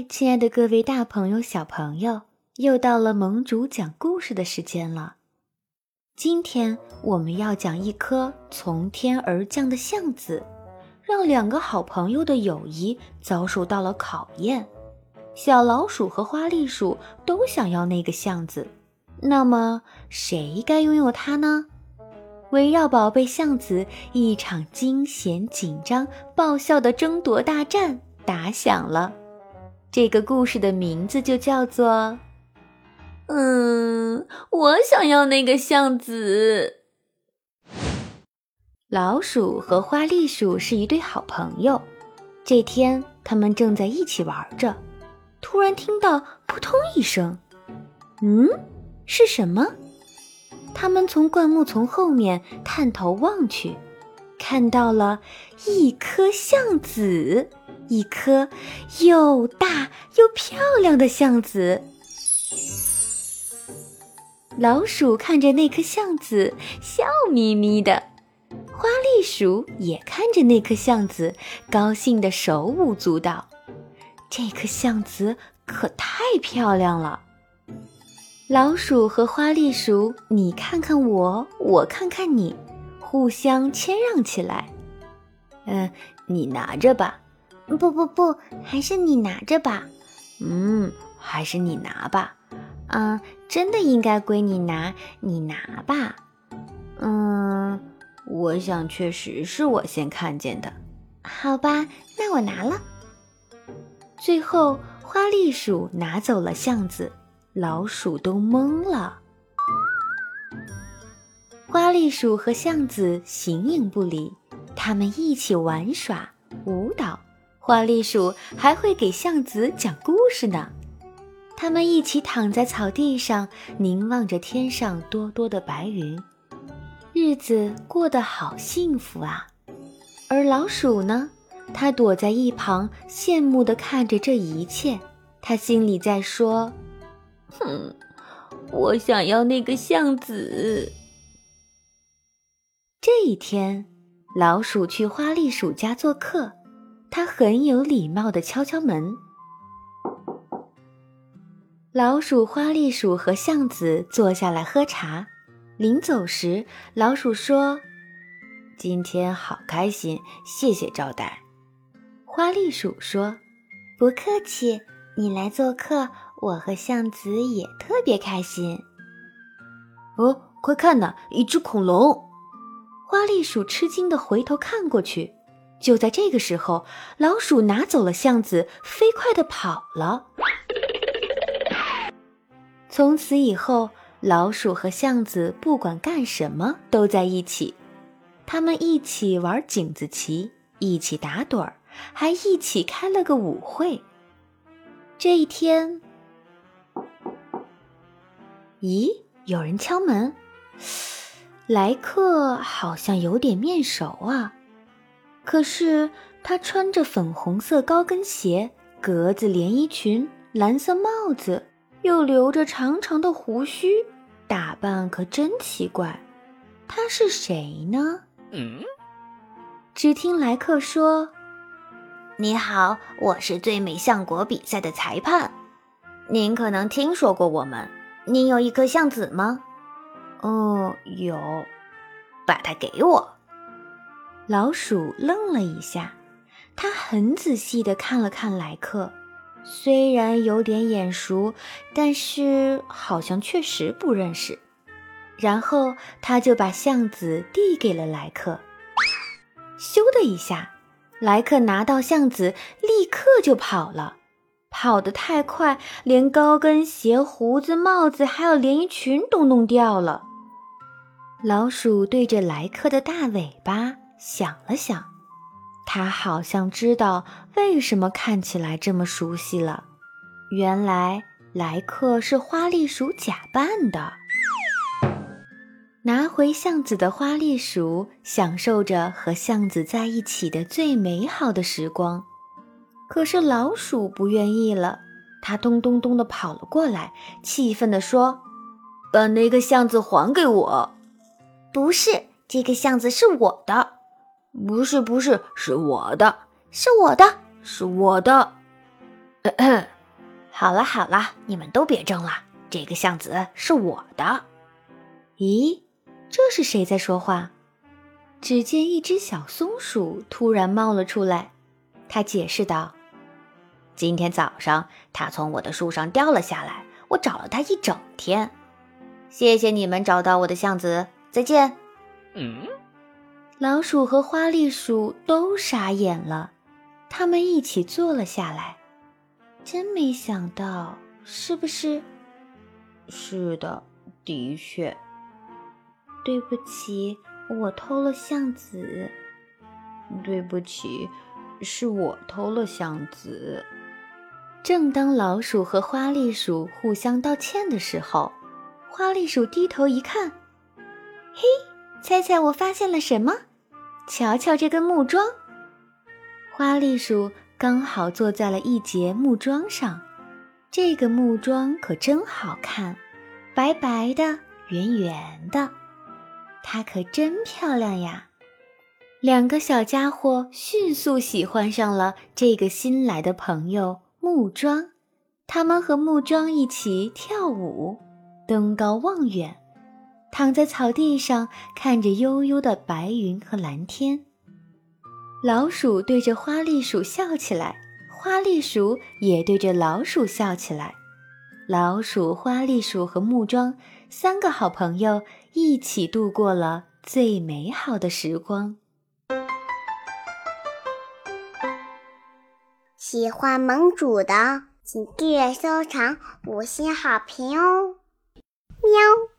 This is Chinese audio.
亲爱的各位大朋友小朋友，又到了盟主讲故事的时间了。今天我们要讲一颗从天而降的橡子，让两个好朋友的友谊遭受到了考验。小老鼠和花栗鼠都想要那个橡子，那么谁该拥有它呢？围绕宝贝橡子，一场惊险、紧张、爆笑的争夺大战打响了。这个故事的名字就叫做我想要那个橡子。老鼠和花栗鼠是一对好朋友，这天他们正在一起玩着，突然听到扑通一声，是什么？他们从灌木丛后面探头望去，看到了一颗橡子，一颗又大又漂亮的橡子。老鼠看着那颗橡子，笑眯眯的；花栗鼠也看着那颗橡子，高兴的手舞足蹈。这颗橡子可太漂亮了。老鼠和花栗鼠，你看看我，我看看你，互相谦让起来。你拿着吧。 不，还是你拿着吧。 还是你拿吧。真的应该归你拿，你拿吧。我想确实是我先看见的。 好吧，那我拿了。 最后，花栗鼠拿走了橡子，老鼠都懵了。花栗鼠和橡子形影不离，他们一起玩耍、舞蹈。花栗鼠还会给橡子讲故事呢。他们一起躺在草地上，凝望着天上多多的白云，日子过得好幸福啊。而老鼠呢，它躲在一旁，羡慕地看着这一切。它心里在说：我想要那个橡子。这一天，老鼠去花栗鼠家做客，它很有礼貌地敲敲门。老鼠、花栗鼠和橡子坐下来喝茶。临走时，老鼠说：今天好开心，谢谢招待。花栗鼠说： 不客气，你来做客，我和橡子也特别开心。 快看呐，一只恐龙！花栗鼠吃惊地回头看过去，就在这个时候，老鼠拿走了橡子，飞快地跑了。从此以后，老鼠和橡子不管干什么都在一起。他们一起玩井子棋，一起打盹儿，还一起开了个舞会。这一天，咦，有人敲门。来客好像有点面熟啊，可是他穿着粉红色高跟鞋、格子连衣裙、蓝色帽子，又留着长长的胡须，打扮可真奇怪。他是谁呢？只听来客说： 你好，我是最美橡果比赛的裁判。您可能听说过我们，您有一颗橡子吗？ 有。 把它给我。 老鼠愣了一下，他很仔细地看了看来客，虽然有点眼熟，但是好像确实不认识。然后他就把橡子递给了来客。咻的一下，来客拿到橡子，立刻就跑了，跑得太快，连高跟鞋、胡子、帽子还有连衣裙都弄掉了。老鼠对着来客的大尾巴想了想，它好像知道为什么看起来这么熟悉了。原来来客是花栗鼠假扮的。拿回橡子的花栗鼠享受着和橡子在一起的最美好的时光。可是老鼠不愿意了，它咚咚咚地跑了过来，气愤地说：把那个橡子还给我。 不是，这个橡子是我的。 不是，是我的。 是我的。 是我的。 好了好了，你们都别争了，这个橡子是我的。 咦，这是谁在说话？只见一只小松鼠突然冒了出来，它解释道： 今天早上它从我的树上掉了下来，我找了它一整天。谢谢你们找到我的橡子，再见。 老鼠和花栗鼠都傻眼了，他们一起坐了下来。真没想到，是不是？ 是的，的确。 对不起，我偷了橡子。 对不起，是我偷了橡子。 正当老鼠和花栗鼠互相道歉的时候，花栗鼠低头一看，嘿，猜猜我发现了什么？瞧瞧这根木桩。花栗鼠刚好坐在了一节木桩上，这个木桩可真好看，白白的，圆圆的，它可真漂亮呀。两个小家伙迅速喜欢上了这个新来的朋友木桩，他们和木桩一起跳舞，登高望远，躺在草地上看着悠悠的白云和蓝天。老鼠对着花栗鼠笑起来，花栗鼠也对着老鼠笑起来。老鼠、花栗鼠和木桩三个好朋友一起度过了最美好的时光。 喜欢盟主的，请订阅收藏5星好评哦，喵。